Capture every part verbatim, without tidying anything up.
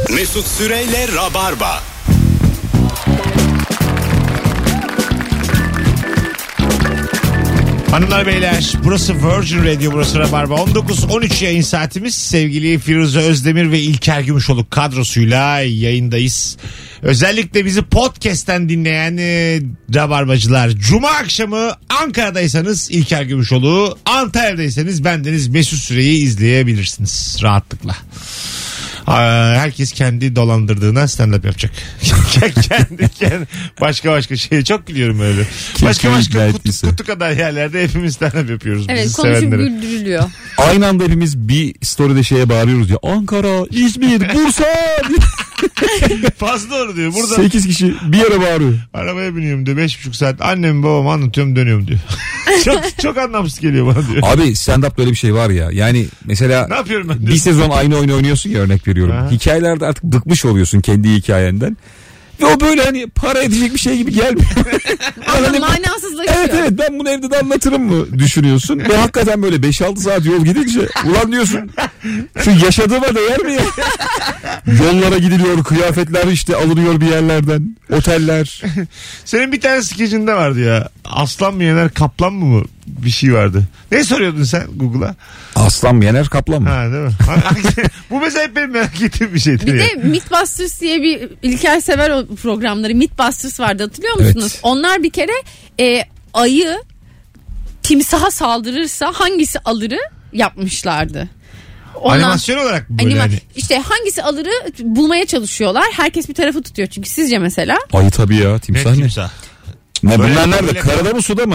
Mesut Süreyle Rabarba. Hanımlar beyler, burası Virgin Radio, burası Rabarba. on dokuz on üç yayın saatimiz. Sevgili Firuze Özdemir ve İlker Gümüşoluk kadrosuyla yayındayız. Özellikle bizi podcast'ten dinleyen e, Rabarbacılar, Cuma akşamı Ankara'daysanız İlker Gümüşoluk'u, Antalya'daysanız bendeniz Mesut Süreyi izleyebilirsiniz rahatlıkla. Herkes kendi dolandırdığına stand-up yapacak. kendi, kendi başka başka şey, çok gülüyorum öyle. Başka başka kutu, kutu kadar yerlerde hepimiz stand-up yapıyoruz. Evet, konuşup güldürülüyor. Aynı anda hepimiz bir story'de şeye bağırıyoruz ya. Ankara, İzmir, Bursa. Fazla doğru diyor. Burada sekiz kişi bir yere bağırıyor. Arabaya biniyorum diyor. beş buçuk saat annem babama anlatıyorum, dönüyorum diyor. çok çok anlamsız geliyor bana diyor. Abi stand-up böyle bir şey var ya. Yani mesela ne yapıyorum ben? Bir sezon aynı oyunu oynuyorsun ya, örnek veriyorum. Aha. Hikayelerde artık bıkmış oluyorsun kendi hikayenden. Ve o böyle hani para edecek bir şey gibi gelmiyor. Ama hani manasızlaşıyor. Evet evet, ben bunu evde de anlatırım mı düşünüyorsun. Ve hakikaten böyle beş altı saat yol gidince ulan diyorsun, şu yaşadığıma değer mi ya? Yollara gidiliyor, kıyafetler işte alınıyor bir yerlerden, oteller. Senin bir tane skecinde vardı ya. Aslan mı yener kaplan mı mı bir şey vardı. Ne soruyordun sen Google'a? Aslan mı yener kaplan mı? Ha, değil mi? Bu mesela hep benim merak ettiğim bir şeydir. Bir ya. de Mythbusters diye bir, İlker sever o programları. Mythbusters vardı, hatırlıyor musunuz? Evet. Onlar bir kere e, ayı timsaha saldırırsa hangisi alırı yapmışlardı. Ondan, animasyon olarak böyle anima- hani. İşte hangisi alırı bulmaya çalışıyorlar. Herkes bir tarafı tutuyor. Çünkü sizce mesela? Ayı tabii ya, timsah ne? Timsah. Ne böyle, bunlar nerede? Karada mı, suda mı?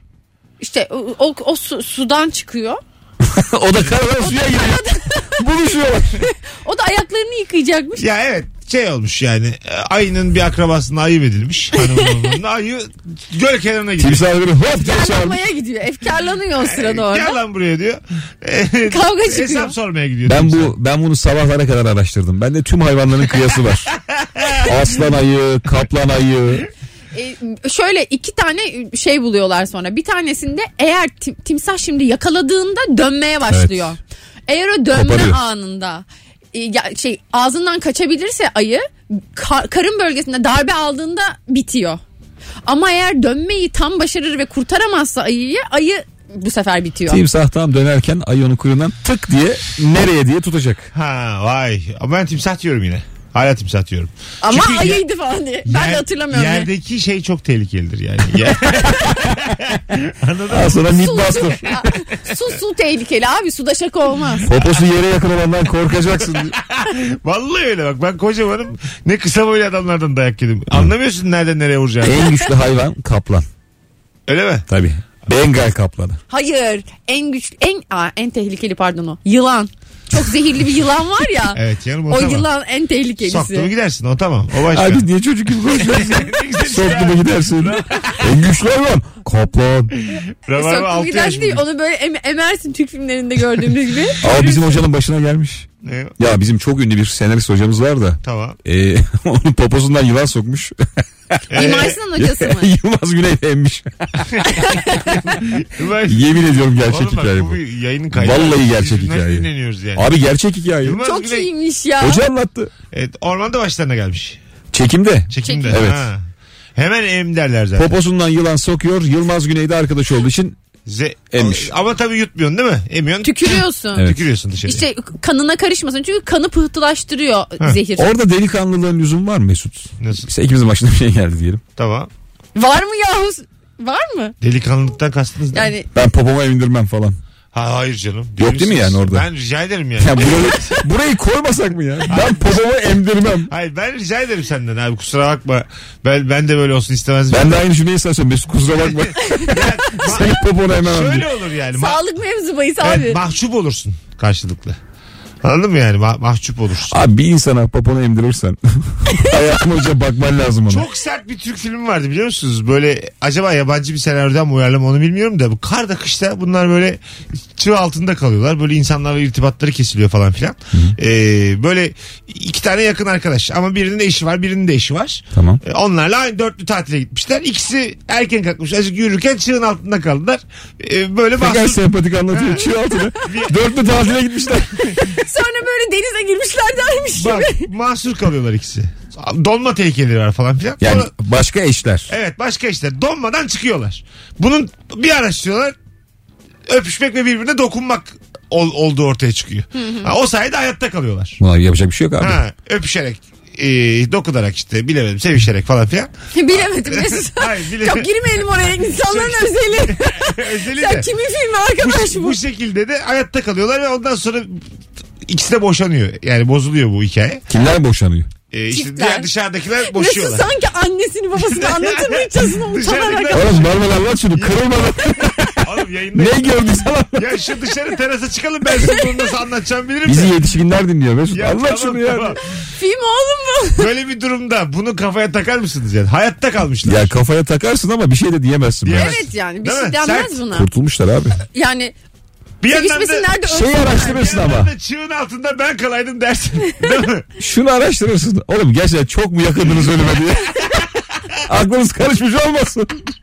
İşte o, o, o su, sudan çıkıyor. O da karadan suya giriyor. Buluşuyorlar. O da ayaklarını yıkayacakmış. Ya evet, şey olmuş yani, ayının bir akrabasına ayıp edilmiş. Hanımın ayı göl kenarına gidiyor. Timsah böyle hop diye çağırmış. Efkarlanmaya gidiyor. Efkarlanıyor o sırada orada. Gel lan buraya diyor. Kavga çıkıyor. Hesap sormaya gidiyor. Ben timsah. bu ben bunu sabahlara kadar araştırdım. Bende tüm hayvanların kıyası var. Aslan ayı, kaplan ayı. Ee, şöyle iki tane şey buluyorlar sonra. Bir tanesinde eğer tim, timsah şimdi yakaladığında dönmeye başlıyor. Evet. Eğer o dönme Koparıyor. anında e, ya, şey ağzından kaçabilirse ayı, kar, karın bölgesinde darbe aldığında bitiyor. Ama eğer dönmeyi tam başarır ve kurtaramazsa ayıyı, ayı bu sefer bitiyor. Timsah tam dönerken ayı onun kuyruğundan tık diye nereye diye tutacak. Ha vay. Ama ben timsah diyorum yine. Hala timsah diyorum. Ama Çünkü ayıydı falan diye. Ben yer, de hatırlamıyorum. Yerdeki ya. Şey çok tehlikelidir yani. Anladın mı? Sonra Mythbusters. Su su tehlikeli abi. Suda şaka olmaz. Poposu yere yakın olandan korkacaksın. Vallahi öyle bak. Ben kocamanım. Ne kısa boylu adamlardan dayak yedim. Anlamıyorsun nereden nereye vuracağını. En güçlü hayvan kaplan. Öyle mi? Tabii. Bengal kaplanı. Hayır. En güçlü, en aa, en tehlikeli pardon o. Yılan. Çok zehirli bir yılan var ya. Evet canım, o, o tamam. Yılan en tehlikelisi. Soktu mu gidersin, o tamam. O başka. Abi niye çocuk gibi konuşuyorsun? Soktu mu gidersin? En güçlü hayvan kaplan. Soktu mu gidersin değil. Onu böyle em- emersin Türk filmlerinde gördüğümüz gibi. Ama bizim hocanın başına gelmiş. Ne? Ya bizim çok ünlü bir senarist hocamız var da. Tamam. E, onun poposundan yılan sokmuş. Mimar Sinan hocası mı? Yılmaz Güney emmiş. Yemin ediyorum gerçek oğlum hikaye bak, bu. Yayının kaydı. Vallahi gerçek hikaye. Yani. Abi gerçek hikaye. Yılmaz çok Güney, iyiymiş ya. Hoca anlattı. Evet, ormanda başlarına gelmiş. Çekimde. Çekimde. Evet. Ha. Hemen em derler zaten. Poposundan yılan sokuyor. Yılmaz Güney'de arkadaş olduğu için Ze- emmiş. Ama tabii yutmuyorsun değil mi? Emiyorsun. Tükürüyorsun. Evet. Tükürüyorsun dışarıya. İşte kanına karışmasın. Çünkü kanı pıhtılaştırıyor ha. zehir. Orada delikanlılığın lüzum var mı Mesut? Nasıl? Mesela ikimizin başına bir şey geldi diyelim. Tamam. Var mı yahu? Var mı? Delikanlılıktan kastınız ne? Yani ben popoma indirmem falan. Ha, hayır canım. Yok değil mi yani orada? Ben rica ederim yani. Ya burayı, burayı koymasak mı ya? Ben popomu emdirmem. Hayır, ben rica ederim senden abi, kusura bakma. Ben ben de böyle olsun istemezdim. Ben de aynı cümleyi sana söylüyorum. Mesut kusura bakma. Senin poponu ememem. Şöyle diye. olur yani. sağlık mevzu bahis abi. Evet, mahcup olursun karşılıklı. Anladın mı yani? Ma- mahcup olursun. Abi bir insana poponu emdirirsen hayatım hoca bakman lazım ona. Çok sert bir Türk filmi vardı, biliyor musunuz? Böyle acaba yabancı bir senaryodan mı uyarlama onu bilmiyorum da, bu karda kışta bunlar böyle çığ altında kalıyorlar. Böyle insanlarla irtibatları kesiliyor falan filan. Ee, böyle iki tane yakın arkadaş ama birinin de işi var, birinin de işi var. Tamam. Ee, onlarla aynı dörtlü tatile gitmişler. İkisi erken kalkmış. Azıcık yürürken çığın altında kaldılar. Ee, böyle Tekrar mahsur... sempatik anlatıyor. Çığ altına. Dörtlü tatile gitmişler. Sonra böyle denize girmişler dermiş Bak gibi. mahsur kalıyorlar ikisi. Donma tehlikeleri var falan filan. Yani Sonra- başka eşler. Evet başka işler. Donmadan çıkıyorlar. Bunun bir araştırıyorlar. Öpüşmek ve birbirine dokunmak ol, olduğu ortaya çıkıyor. Ha, o sayede hayatta kalıyorlar. Buna yapacak bir şey yok abi. Ha, öpüşerek, e, dokunarak işte bilemedim sevişerek falan filan. Bilemedim Mesut. Hayır, bilemedim. Çok girmeyelim oraya. İnsanların özeli. Özeli Sen de. kimin filmi arkadaş Bu, bu? bu şekilde de hayatta kalıyorlar ve ondan sonra ikisi de boşanıyor. Yani bozuluyor bu hikaye. Kimler boşanıyor? E, işte Çiftler. diğer dışarıdakiler Mesut boşuyorlar. sanki annesini babasını anlatırmışçasına utanarak. Dışarıdakiler- Oğlum normal anlat şunu. Kırılmadan. Oğlum yayında. Ne gördüysen anlat. Ya şu dışarı terasa çıkalım ben size bunu nasıl anlatacağım bilirim Bizi de. yetişkinler dinliyor Mesut. Ya Anlat tamam, şunu ya. tamam. Film oğlum bu. Böyle bir durumda bunu kafaya takar mısınız yani? Hayatta kalmışlar. Ya kafaya takarsın ama bir şey de diyemezsin. Diyemez. böyle. Evet yani bir Değil şey mi? denmez Sert. buna. Kurtulmuşlar abi. Yani bir yandan sevişmesinler de Şeyi ölsünler. araştırırsın bir ama. yandan da çığın altında ben kalaydım dersin. Değil mi? Şunu araştırırsın. Oğlum gerçekten çok mu yakındınız ölüme diye. Aklınız karışmış olmasın.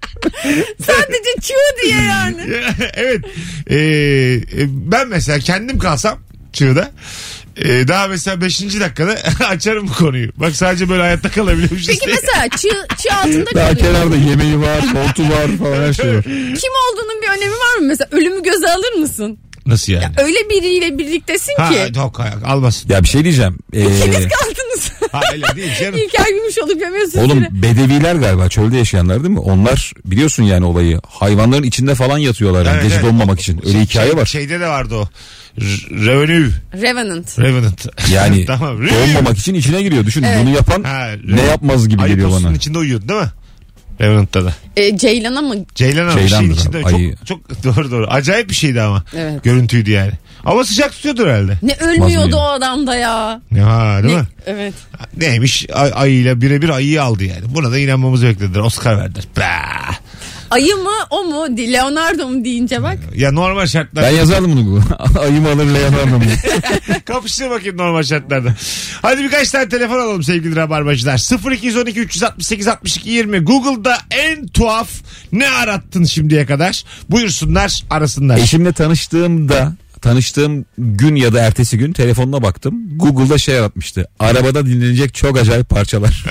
Sadece çığ diye yani. Evet. Ee, ben mesela kendim kalsam çığda. Ee, daha mesela beşinci dakikada açarım bu konuyu. Bak sadece böyle hayatta kalabiliyormuşuz. Peki diye. mesela çığ, çığ altında Daha kalıyor. kenarda yemeği var, montu var falan her şey var. Kim olduğunun bir önemi var mı? Mesela ölümü göze alır mısın? Nasıl yani? Öyle biriyle birliktesin Ha, ki. yok hayır, almasın. Ya bir şey diyeceğim. Ee, İkiniz kaldınız. Ha, öyle değil canım. İlker Gümüş olup yemiyorsun. oğlum bedeviler galiba çölde yaşayanlar değil mi? Onlar biliyorsun yani olayı. Hayvanların içinde falan yatıyorlar yani Evet, gece evet. donmamak için. Öyle Şey- hikaye var. Şeyde de vardı o. R- Revenue. Revenant. Revenant. Yani Tamam. donmamak için içine giriyor. Düşün Evet. bunu yapan Ha, ne yapmaz gibi Ayı geliyor posunun bana. içinde uyuyordu değil mi? Revenant'ta da. E, Ceylan'a mı? Ceylan abi Ceylandı şeyin da, içinde ayı. çok, çok doğru doğru. Acayip bir şeydi ama. Evet. Görüntüydü yani. Ama sıcak tutuyordur herhalde. Ne ölmüyordu Mazlum. o adam da ya. Ha değil Ne? mi? Evet. Neymiş Ay, ayıyla birebir ayıyı aldı yani. Buna da inanmamızı beklediler. Oscar verdiler. Bah! Ayı mı o mu? Leonardo mu deyince bak. Ya normal şartlarda. Ben yazardım bunu bu. Ayı mı alır Leonardo mu? Kapıştır bakayım normal şartlarda. Hadi birkaç tane telefon alalım sevgili rabarbacılar. sıfır iki on iki üç altı sekiz altmış iki yirmi. Google'da en tuhaf ne arattın şimdiye kadar? Buyursunlar arasınlar. Eşimle tanıştığımda tanıştığım gün ya da ertesi gün telefonuna baktım. Google'da şey yaratmıştı. Arabada dinlenecek çok acayip parçalar.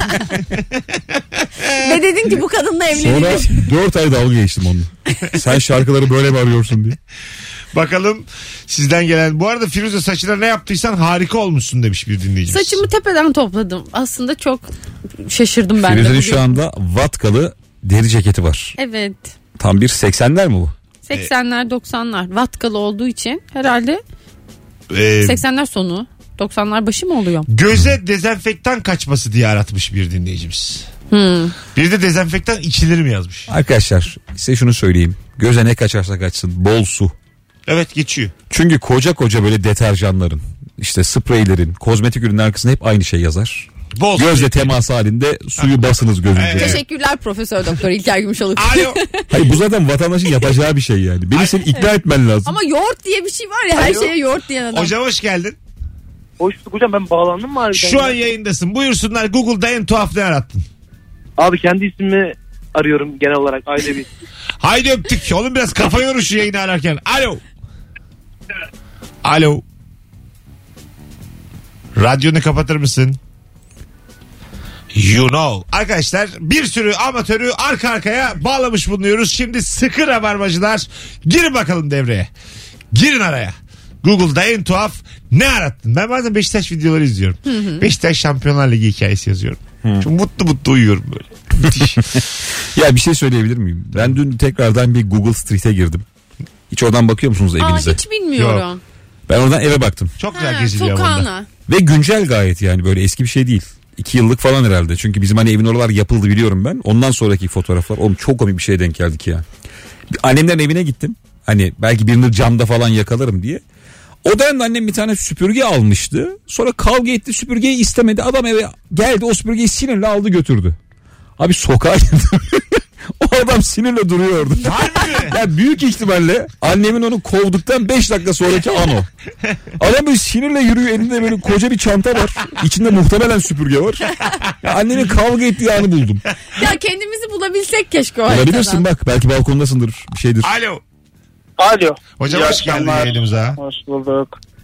Ve dedin ki bu kadınla Sonra evlenilir. dört ay dalga geçtim onunla. Sen şarkıları böyle mi arıyorsun diye. Bakalım sizden gelen. Bu arada Firuze saçına ne yaptıysan harika olmuşsun demiş bir dinleyicimiz. Saçımı tepeden topladım. Aslında çok şaşırdım ben de. Firuze'nin bugün. şu anda vatkalı deri ceketi var. Evet. Tam bir seksenler mi bu? seksenler doksanlar. Vatkalı olduğu için herhalde Ee, seksenler sonu. doksanlar başı mı oluyor? göze dezenfektan kaçması diye aratmış bir dinleyicimiz. Hmm. Bir de dezenfektan içilir mi yazmış. Arkadaşlar size şunu söyleyeyim. Göze ne kaçarsa kaçsın bol su. Evet geçiyor. Çünkü koca koca böyle deterjanların, işte spreylerin, kozmetik ürünler arkasında hep aynı şey yazar. Bol Gözle temas halinde suyu basınız gözünüze. Evet. Teşekkürler Profesör Doktor İlker Gümüşoluk. Alo. Hayır bu zaten vatandaşın yapacağı bir şey yani. Beni seni ikna etmen lazım. Ama yoğurt diye bir şey var ya, her Alo. şeye yoğurt diyen adam. Hocam hoş geldin. Hoş bulduk hocam, ben bağlandım mı harbiden? Şu an ya? yayındasın. Buyursunlar Google'da en tuhaf ne arattın? Abi kendi ismimi arıyorum genel olarak, ayda bir. Haydi öptük. Oğlum biraz kafa yorun şu yayını ararken. Alo. Alo. Radyonu kapatır mısın? You know. Arkadaşlar bir sürü amatörü arka arkaya bağlamış bulunuyoruz. Şimdi sıkı rabarbacılar. Girin bakalım devreye. Girin araya. Google'da en tuhaf ne arattın? Ben bazen Beşiktaş videoları izliyorum. Beşiktaş Şampiyonlar Ligi hikayesi yazıyorum. Çok mutlu mutlu uyuyorum böyle. Müthiş. Ya bir şey söyleyebilir miyim? Ben dün tekrardan bir Google Street'e girdim. Hiç oradan bakıyor musunuz Aa, evinize? hiç bilmiyorum. Ben oradan eve baktım. Çok güzel Ha, geziliyor onda. sokağına. Ve güncel gayet yani böyle eski bir şey değil. İki yıllık falan herhalde. Çünkü bizim hani evin oralar yapıldı biliyorum ben. Ondan sonraki fotoğraflar. Oğlum çok komik bir şeye denk geldik ya. Annemlerin evine gittim. Hani belki birini camda falan yakalarım diye. O dönemde annem bir tane süpürge almıştı. Sonra kavga etti, süpürgeyi istemedi. Adam eve geldi, o süpürgeyi sinirle aldı götürdü. Abi sokağa girdim. O adam sinirle duruyordu. Harbi mi? Ya büyük ihtimalle annemin onu kovduktan beş dakika sonraki an o. Adam böyle sinirle yürüyor, elinde böyle koca bir çanta var. İçinde muhtemelen süpürge var. Ya annemin kavga ettiği anı buldum. Ya kendimizi bulabilsek keşke o Olabilirsin haritadan. bak, belki balkondasındır bir şeydir. Alo. Alo. Hocam İyi hoş geldin akşamlar. yayınımıza. Hoş bulduk.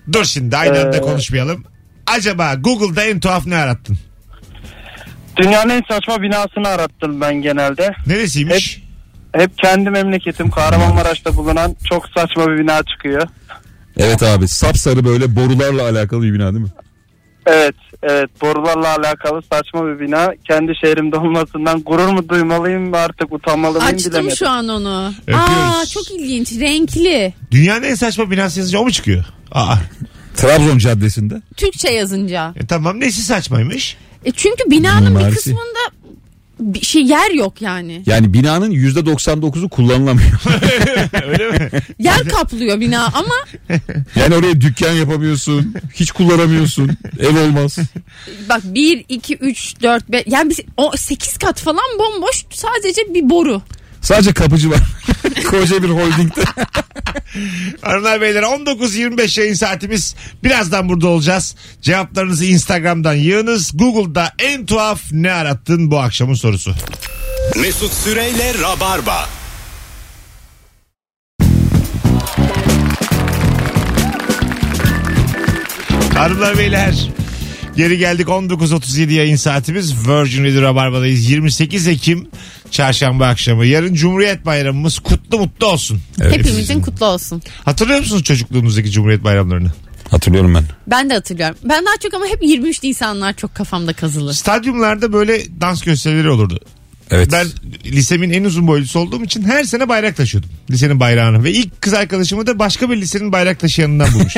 Dur şimdi aynı anda Ee, konuşmayalım. Acaba Google'da en tuhaf ne arattın? Dünyanın en saçma binasını arattım ben genelde. Neresiymiş? Hep kendi memleketim Kahramanmaraş'ta bulunan çok saçma bir bina çıkıyor. Evet abi, sapsarı böyle borularla alakalı bir bina değil mi? Evet, evet borularla alakalı saçma bir bina. Kendi şehrimde olmasından gurur mu duymalıyım artık utanmalı mıyım Açtım bilemedim. şu an onu. Öpüyoruz. Aa çok ilginç, renkli. Dünyanın en saçma binası yazınca o mu çıkıyor? Aa. Trabzon Caddesi'nde. Türkçe yazınca. E, tamam nesi saçmaymış? E çünkü binanın bir Mimarisi. kısmında bir şey yer yok yani. Yani binanın yüzde doksan dokuzu kullanılamıyor. Öyle mi? Yer kaplıyor bina ama Yani oraya dükkan yapamıyorsun. Hiç kullanamıyorsun. Ev olmaz. bak bir, iki, üç, dört, beş yani biz, o sekiz kat falan bomboş sadece bir boru. Sadece kapıcı var. Koca bir holdingde. Hanımlar beyler on dokuz yirmi beş yayın saatimiz. Birazdan burada olacağız. Cevaplarınızı Instagram'dan yığınız. Google'da en tuhaf ne arattın bu akşamın sorusu. Mesut Süreyle Rabarba. Hanımlar beyler geri geldik. On dokuz otuz yedi yayın saatimiz. Virgin Radio Rabarba'dayız. yirmi sekiz Ekim çarşamba akşamı. Yarın Cumhuriyet Bayramımız kutlu mutlu olsun. Evet. Hepimizin kutlu olsun. Hatırlıyor musunuz çocukluğumuzdaki Cumhuriyet bayramlarını? Hatırlıyorum ben. Ben de hatırlıyorum. Ben daha çok ama hep yirmi üç Nisanlar çok kafamda kazılı. Stadyumlarda böyle dans gösterileri olurdu. Evet. Ben lisemin en uzun boylusu olduğum için her sene bayrak taşıyordum. Lisenin bayrağını. Ve ilk kız arkadaşımı da başka bir lisenin bayrak taşıyanından bulmuş.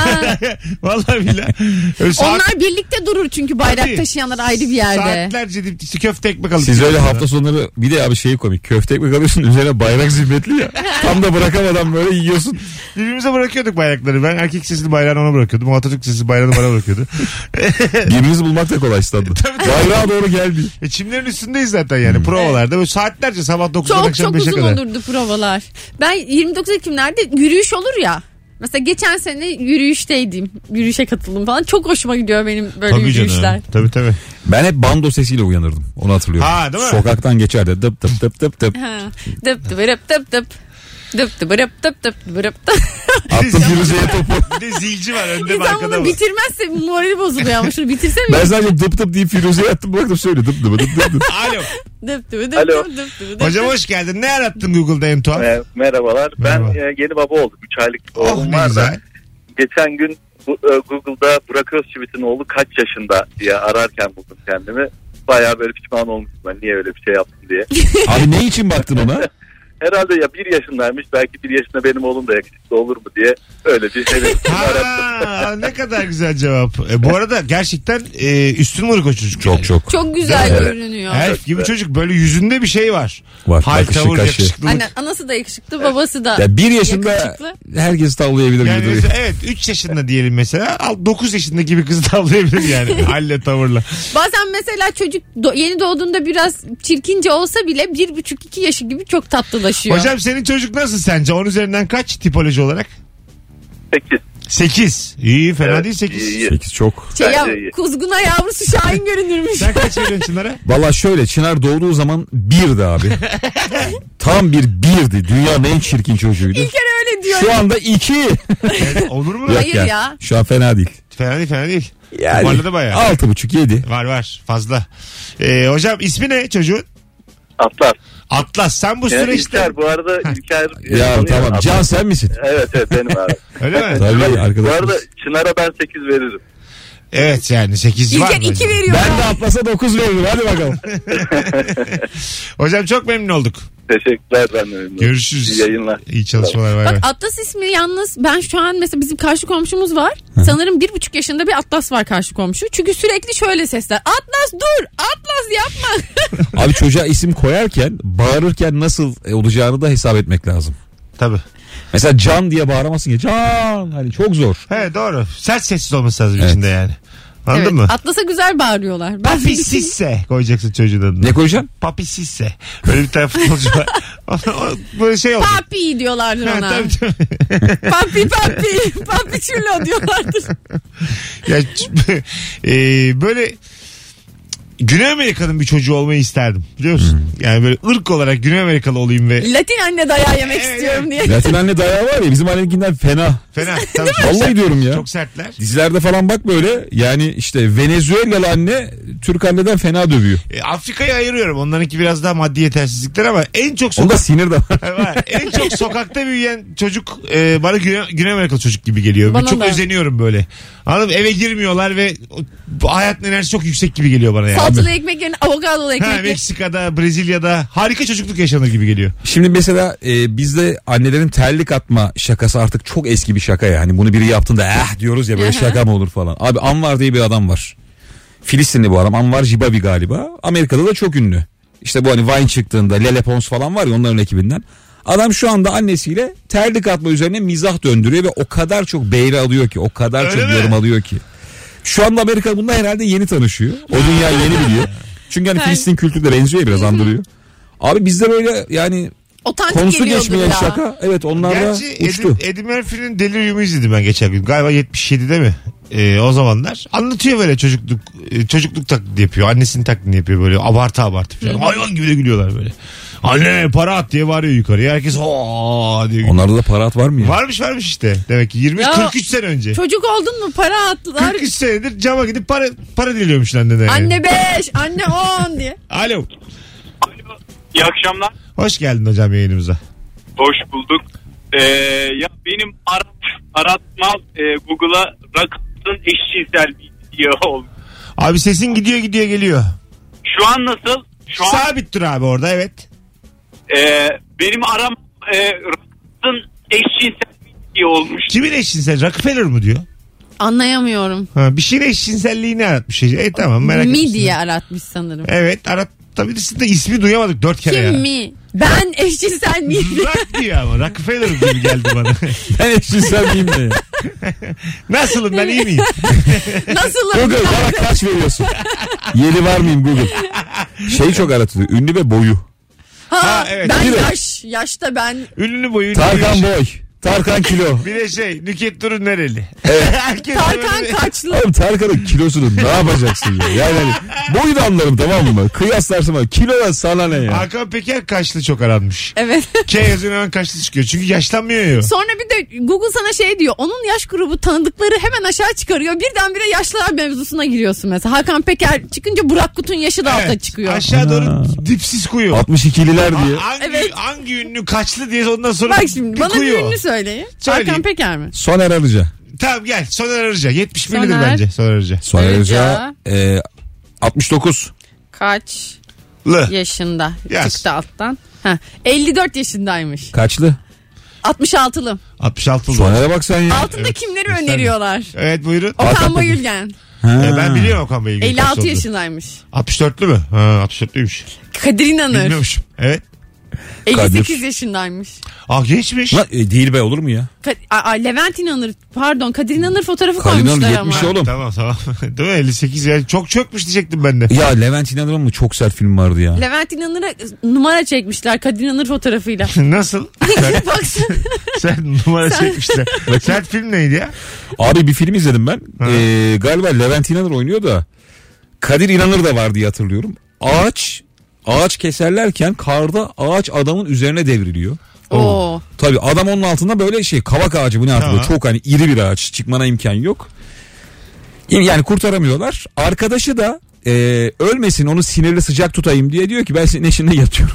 Vallahi billahi. Öyle saat- Onlar birlikte durur çünkü bayrak Tabii. taşıyanlar ayrı bir yerde. Saatlerce dip işte köfte ekmek alıp. Siz öyle hafta sonları bir de abi şeyi komik. Köfte ekmek alıyorsun, üzerine bayrak zimmetli ya. Tam da bırakamadan böyle yiyorsun. Birbirimize bırakıyorduk bayrakları. Ben erkek sesli bayrağını ona bırakıyordum. O Atatürk sesli bayrağını bana bırakıyordu. Birbirinizi bulmak da kolay stadı. Bayrağa doğru geldi. E çimlerin üstündeyiz zaten yani. Provalarda böyle saatlerce sabah dokuzdan Çok akşam çok beşe uzun kadar. olurdu provalar. Ben yirmi dokuz Ekimlerde yürüyüş olur ya. Mesela geçen sene yürüyüşteydim. Yürüyüşe katıldım falan. Çok hoşuma gidiyor benim böyle Tabii yürüyüşler. canım. Tabii tabii. Ben hep bando sesiyle uyanırdım. Onu hatırlıyorum. Ha, değil mi? Sokaktan geçerdi. Dıp dıp dıp dıp dıp. Ha. Dıp dıp dıp dıp dıp. Dıp dıp dıp dıp dıp dıp dıp. Attım Firuze'ye topu. Bir de zilci var önde mi İnsan arkada bunu mı? bitirmezse morali bozuluyor ama şunu bitirsene. Ben sadece dıp dıp deyip Firuze'ye attım, bıraktım söyle dıp dıp dıp dıp dıp. Alo. Dıp dıp dıp Alo. dıp dıp dıp. Hocam hoş geldin. Ne arattın Google'da en tuhaf? E, merhabalar. Merhaba. Ben e, yeni baba oldum. üç aylık bir Oh oğlum ne var da. güzel. Geçen gün bu, e, Google'da Burak Özçivit'in oğlu kaç yaşında diye ararken buldum kendimi. Bayağı böyle pişman olmuştum ben niye öyle bir şey yaptım diye. Abi ne için baktın ona? Herhalde ya bir yaşındaymış belki bir yaşında benim oğlum da yakışıklı olur mu diye öyle bir şey arattım. Ha, ne kadar güzel cevap. E, bu arada gerçekten e, üstün vuruk o çocuk. Çok yani. çok. Çok güzel Evet. görünüyor. Elf gibi çocuk böyle yüzünde bir şey var. Var. Hal Bakışı, tavır kaşı. yakışıklılık. Anne, anası da yakışıklı, babası da Ya bir yaşında yakışıklı. herkes tavlayabilir Yani gibi mesela, duruyor. evet üç yaşında diyelim mesela dokuz yaşındaki bir kızı tavlayabilir yani halle tavırla. Bazen mesela çocuk do- yeni doğduğunda biraz çirkince olsa bile bir buçuk iki yaşı gibi çok tatlılaşıyor. Hocam senin çocuk nasıl sence? on üzerinden kaç tipoloji olarak? Sekiz. sekiz. İyi fena Evet, değil sekiz. iyi, iyi. Sekiz çok. şey ya, Bence iyi. kuzguna yavrusu Şahin görünürmüş. Sen kaç veriyorsun Çınar'a? Valla şöyle, Çınar doğduğu zaman birdi abi. Tam bir birdi. Dünyanın en çirkin çocuğuydu. İlker öyle diyor. Şu anda iki. Yani olur mu? Hayır ya. Şu an fena değil. Fena değil fena değil. Yani Toparladı bayağı. altı buçuk yedi. Var var fazla. Ee, hocam ismi ne çocuğun? Atlar. Atlas. Sen bu Yani süreçte... İlker bu arada İlker. Ya tanıyor. tamam. Atlar. Can sen misin? Evet evet benim abi. Öyle mi? Tabii Bu arkadaşlar. arada Çınar'a ben sekiz veririm. Evet yani sekiz var mı? İlker iki hocam? veriyor. Ben de Atlas'a dokuz veririm. Hadi bakalım. Hocam çok memnun olduk. Teşekkürler ben de memnunum. Görüşürüz. İyi yayınlar. İyi çalışmalar. Bay Bak bay. Atlas ismi yalnız ben şu an mesela bizim karşı komşumuz var. Sanırım bir buçuk yaşında bir Atlas var karşı komşu. Çünkü sürekli şöyle sesler. Atlas dur! Atlas yapma! Abi çocuğa isim koyarken bağırırken nasıl olacağını da hesap etmek lazım. Tabii. Mesela Can diye bağıramazsın ya. Can! Hani çok zor. He doğru. Sert sessiz olması lazım Evet. içinde yani. Anladın Evet, mı? Atlas'a güzel bağırıyorlar. Ben Papi Sisse koyacaksın çocuğun adını. Ne koyacaksın? Papi Sisse. Böyle bir tane futbolcu var. O- o- Böyle şey oldu. Papi diyorlardır Ha, ona. tabii, tabii. Papi papi. Papi çürlo diyorlardır. Ya, ç- e, böyle Güney Amerika'nın bir çocuğu olmayı isterdim. Biliyor musun? Hmm. Yani böyle ırk olarak Güney Amerikalı olayım ve... Latin anne dayağı yemek evet, istiyorum diye. Latin anne dayağı var ya bizim anneninkinden fena. Fena. Tabii vallahi sert, diyorum ya. Çok sertler. Dizilerde falan bak böyle yani işte Venezuelalı anne Türk anneden fena dövüyor. E, Afrika'yı ayırıyorum. Onlarınki biraz daha maddi yetersizlikler ama en çok sokak... Onda sinir de var. var. En çok sokakta büyüyen çocuk e, bana Güney, Güney Amerikalı çocuk gibi geliyor. Bana çok da. özeniyorum böyle. Anladın mı? Eve girmiyorlar ve bu hayatın enerjisi çok yüksek gibi geliyor bana yani. Salçalı ekmek yerine avokadolu ekmek. Ha, Meksika'da, Brezilya'da harika çocukluk yaşanır gibi geliyor. Şimdi mesela e, bizde annelerin terlik atma şakası artık çok eski bir şaka yani. Bunu biri yaptığında eh diyoruz ya böyle şaka mı olur falan. Abi Anvar diye bir adam var. Filistinli bu adam. Anvar Jibabi galiba. Amerika'da da çok ünlü. İşte bu hani Vine çıktığında Lele Pons falan var ya onların ekibinden. Adam şu anda annesiyle terlik atma üzerine mizah döndürüyor ve o kadar çok beğeni alıyor ki, o kadar öyle çok mi? Yorum alıyor ki. Şu anda Amerika bununla herhalde yeni tanışıyor. O dünya yeni biliyor. Çünkü hani Filistin kültürü de benziyor biraz andırıyor. Abi bizde böyle yani otantik konusu geçmeyen şaka. Evet onlar da uçtu. Eddie, Eddie Murphy'nin Delirium'u izledim ben geçen gün. Galiba yetmiş yedide mi? Ee, o zamanlar. Anlatıyor böyle çocukluk çocukluk taklidi yapıyor. Annesinin taklidini yapıyor böyle abartı abartı falan. Hayvan gibi de gülüyorlar böyle. Anne para at diye bağırıyor yukarıya. Herkes ooo diye gülüyor. Onlarda da para at var mı ya? Varmış varmış işte. Demek ki yirmi kırk üç sene önce. Çocuk oldun mu para attılar. kırk üç senedir cama gidip para para diliyormuş annene. Yani. Anne beş, anne on diye. Alo. Alo. İyi akşamlar. Hoş geldin hocam yayınımıza. Hoş bulduk. Ee, ya benim arat, aratmam e, Google'a rakısın eşcinselliği diye oldu. Abi sesin gidiyor gidiyor geliyor. Şu an nasıl? Şu an, sabit dur abi orada evet. E, benim aram e, rakısın eşcinselliği diye olmuş. Kimin eşcinsel? Rockefeller mı diyor? Anlayamıyorum. Ha, bir şeyin eşcinselliğini aratmış. E tamam merak ettim. Mi diye aratmış sanırım. Evet arat. Tabii de ismi duyamadık dört kere Kim ya. Kim mi? Ben eşcinsel miyim? Rock diyor ama Rockefeller gibi geldi bana. Ben eşcinsel miyim de. Nasılım ben iyi miyim? Nasılım? Google bana kaç veriyorsun? Yeni var mıyım Google? Şey çok aratılıyor. Ünlü ve boyu. Ha, ha evet. Ben bir yaş. Yaşta ben. Ünlü boyu. Tarkan boy. Tarkan kilo. Bir de şey Nükhet Durun nereli? Evet. Tarkan kaçlı? Oğlum Tarkan'ın kilosunu ne yapacaksın ya? Yani hani boyu da anlarım tamam mı? Kıyaslarsın ama kilo da sana ne ya? Hakan Peker kaçlı çok aranmış. Evet. K yazıyor hemen kaçlı çıkıyor. Çünkü yaşlanmıyor ya. Sonra bir de Google sana şey diyor. Onun yaş grubu tanıdıkları hemen aşağı çıkarıyor. Birdenbire yaşlılar mevzusuna giriyorsun mesela. Hakan Peker çıkınca Burak Kut'un yaşı da evet, alta çıkıyor. Aşağı Ana. doğru dipsiz kuyu. altmış ikililer diye. Hangi, evet. hangi ünlü kaçlı diye ondan sonra bak şimdi bana kuyu. bir ünlü söyleyin. Söyleyeyim. Hakan Peker mi? Soner Arıca. Tamam gel Soner Arıca. yetmiş birlidir Soner. bence Soner Arıca. Soner Arıca Arıca. e, altmış dokuz. Kaç Lı. yaşında? Yaz. Çıktı alttan. Ha, elli dört yaşındaymış. Kaçlı? altmış altılı. altmış altılı. Soner'e bak sen ya. Altında Evet, kimleri gösterme. öneriyorlar? Evet buyurun. Okan Bayülgen. Ha. Ee, ben biliyorum Okan Bey'i. elli altı yaşındaymış. altmış dörtlü mü? Ha, altmış dörtlüymüş. Kadir İnanır. Bilmiyormuşum. Evet. elli sekiz Kadir. yaşındaymış. Ah geçmiş. Lan, e, değil be olur mu ya? Ka- a- a- Levent İnanır pardon Kadir İnanır fotoğrafı Kadir İnanır koymuşlar yetmiş ama. oğlum. Tamam tamam. Değil mi? elli sekiz yani çok çökmüş diyecektim ben de. Ya Levent İnanır'ın mı çok sert film vardı ya? Levent İnanır'a numara çekmişler Kadir İnanır fotoğrafıyla. Nasıl? Sen, Baksana. sen numara çekmişler. Sert film neydi ya? Abi bir film izledim ben. Ee, galiba Levent İnanır oynuyor da Kadir İnanır da var diye hatırlıyorum. Ağaç ağaç keserlerken karda ağaç adamın üzerine devriliyor. Oo. Tabii adam onun altında böyle şey kavak ağacı bu ne artık Tamam. çok hani iri bir ağaç çıkmana imkan yok. Yani kurtaramıyorlar. Arkadaşı da e, ölmesin onu sinirli sıcak tutayım diye diyor ki ben senin eşinle yatıyorum.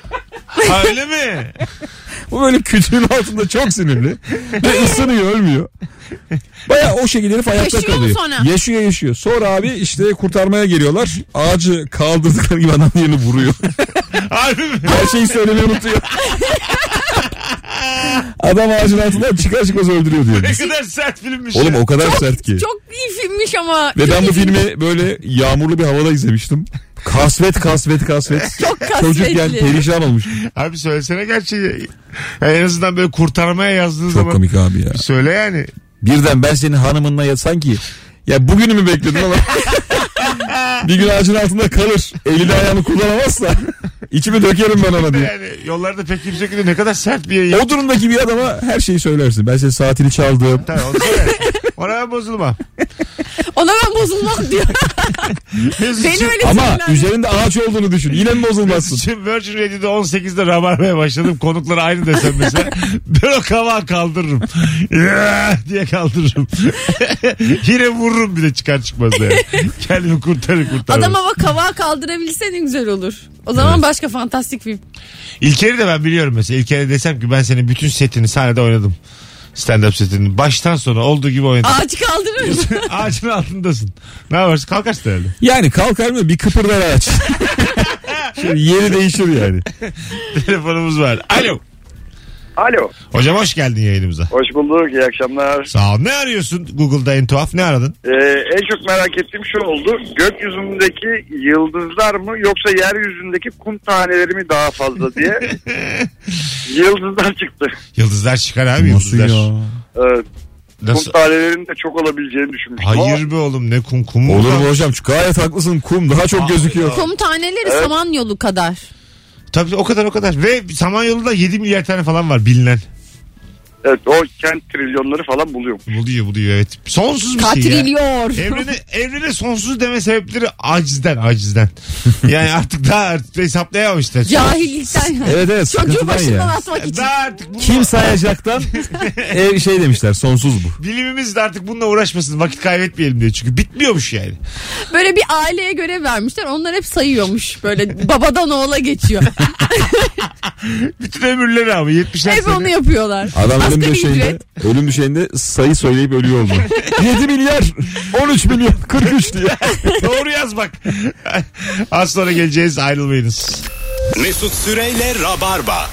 Ha, öyle mi? Bu böyle kütüğün altında çok sinirli ve ısınıyor ölmüyor. Baya o şekilde herif ayakta Yaşıyor mu kalıyor. sonra? Yaşıyor yaşıyor. Sonra abi işte kurtarmaya geliyorlar. Ağacı kaldırdıkları gibi adam yerini vuruyor. Harbi mi? Her şeyi söylemeyi unutuyor. Adam ağacın altından çıkar çıkmaz öldürüyor diyor. Ne kadar sert filmmiş Oğlum ya. o kadar Çok, sert ki. çok iyi filmmiş ama. Ve Çok ben iyi bu film. filmi böyle yağmurlu bir havada izlemiştim. Kasvet kasvet kasvet. Çok kasvetli. Çocukken perişan olmuş. Abi söylesene gerçeği. Yani en azından böyle kurtarmaya yazdığın Çok zaman. komik abi ya. Söyle yani. Birden ben senin hanımınla ya sanki ya bugünü mü bekledin ama bir gün ağacın altında kalır. Elini ayağını kullanamazsa içimi dökerim ben ona diye. Yani yollarda pek kimse gidiyor. Ne kadar sert bir yayın. O durumdaki bir adama her şeyi söylersin. Ben senin saatini çaldım. Tabii onu söyle. Ona ben bozulmam. Ona ben bozulmam diyor. Beni öyle Ama sinirlendir. üzerinde ağaç olduğunu düşün. Yine mi bozulmazsın? Şimdi Virgin Radio'da on sekizde Rabarba'ya başladım. Konuklar aynı desem mesela. Ben o kavağı kaldırırım. Ya diye kaldırırım. Yine vururum bir de çıkar çıkmaz da yani. Kendimi kurtarır kurtarır. Adam ama kavağı kaldırabilse ne güzel olur. O zaman evet. Başka fantastik film. İlker'i de ben biliyorum mesela. İlker'e desem ki ben senin bütün setini sahnede oynadım. Stand-up setini. Baştan sona olduğu gibi oynadım. Ağacı kaldırır mısın? Ağacın altındasın. Ne yaparsın? Kalkarsın herhalde. Yani kalkar mı? Bir kıpırdar ağaç. Şöyle yeri değişir yani. Telefonumuz var. Alo. Alo. Hocam hoş geldin yayınımıza. Hoş bulduk. İyi akşamlar. Sağ ol. Ne arıyorsun Google'da en tuhaf? Ne aradın? Ee, en çok merak ettiğim şu oldu. Gökyüzündeki yıldızlar mı yoksa yeryüzündeki kum taneleri mi daha fazla diye. Yıldızlar çıktı. Yıldızlar çıkar abi. Nasıl yıldızlar. ya? Evet. Nasıl? Kum tanelerinin de çok olabileceğini düşünmüştüm. Hayır Ama be oğlum ne kum kum mu? Olur mu hocam? Gayet haklısın. Kum daha çok gözüküyor. Kum taneleri Evet. Samanyolu kadar. Tabii o kadar o kadar. Ve Samanyolu'da yedi milyar tane falan var bilinen. evet, o kent trilyonları falan buluyor. Buluyor buluyor evet. Sonsuz bir şey ya. Katrilyor. Evrene, evrene sonsuz deme sebepleri acizden acizden. Yani artık daha artık hesaplayamamışlar. Cahillikten. Evet evet Çocuğu sıkıntıdan başından ya. atmak için. Daha artık bu, Kim sayacaktan e, şey demişler sonsuz bu. bilimimiz de artık bununla uğraşmasın vakit kaybetmeyelim diye. Çünkü bitmiyormuş yani. Böyle bir aileye görev vermişler. Onlar hep sayıyormuş. Böyle babadan oğula geçiyor. Bütün ömürleri ama yetmişler Hep sene. onu yapıyorlar. Adam ölüm Asgari döşeğinde, ücret. ölüm döşeğinde sayı söyleyip ölüyor oldu. yedi milyar on üç milyon kırk üç diye. Doğru yaz bak. Az sonra geleceğiz ayrılmayınız. Mesut Süreyle Rabarba.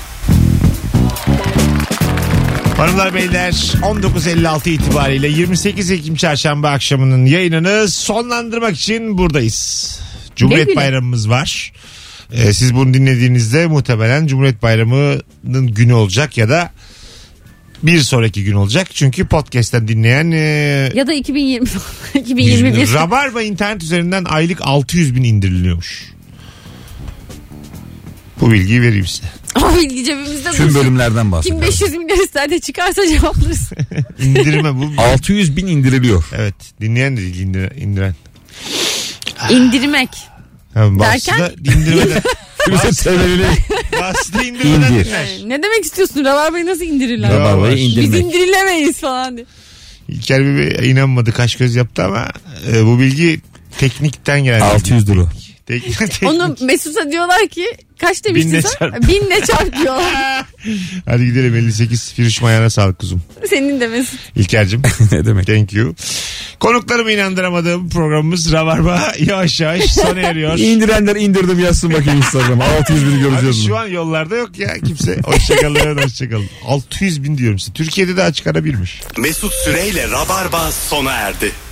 Hanımlar beyler on dokuz elli altı itibariyle yirmi sekiz Ekim çarşamba akşamının yayınını sonlandırmak için buradayız. Cumhuriyet Güle güle. Bayramımız var. Ee, siz bunu dinlediğinizde muhtemelen Cumhuriyet Bayramı'nın günü olacak ya da bir sonraki gün olacak. Çünkü podcast'ten dinleyen e, Ya da iki bin yirmi iki bin yirmi bir. Rabarba internet üzerinden aylık altı yüz bin indiriliyormuş. Bu bilgiyi vereyim size. Ama bilgi cebimizde Tüm dursun. bölümlerden Kim bahsediyorum. beş yüz milyar ister de çıkarsa cevaplarız. İndirme bu. altı yüz bin indiriliyor. Evet dinleyen de değil indiren. indiren. İndirmek. Yani Derken? bazısı da indirmeden. Firuze severili bazısı da indirmeden İndir. dinler. Ne demek istiyorsun? Rabarbayı nasıl indirirler? Rabarbayı Biz Biz indirmek. indirilemeyiz falan diye. İlker bir inanmadı kaş göz yaptı ama e, bu bilgi teknikten gelen. altı yüz lira. Tek, teknik. Onu Mesut'a diyorlar ki kaç Binle demiştin sen? çarp. Binle çarp diyorlar. Hadi gidelim elli sekiz Firuş Mayana sağlık kuzum. Senin de Mesut. İlker'cim. Ne demek? Thank you. Konuklarımı inandıramadığım programımız Rabarba yavaş yavaş sona eriyor. İndirenler indirdim yazsın bakayım Instagram'a. altı yüz bini Abi göreceğiz. şu Bunu. an yollarda yok ya kimse. Hoşçakalın hoşçakalın. altı yüz bin diyorum size. Türkiye'de de açık ara birmiş. Mesut Süreyle Rabarba sona erdi.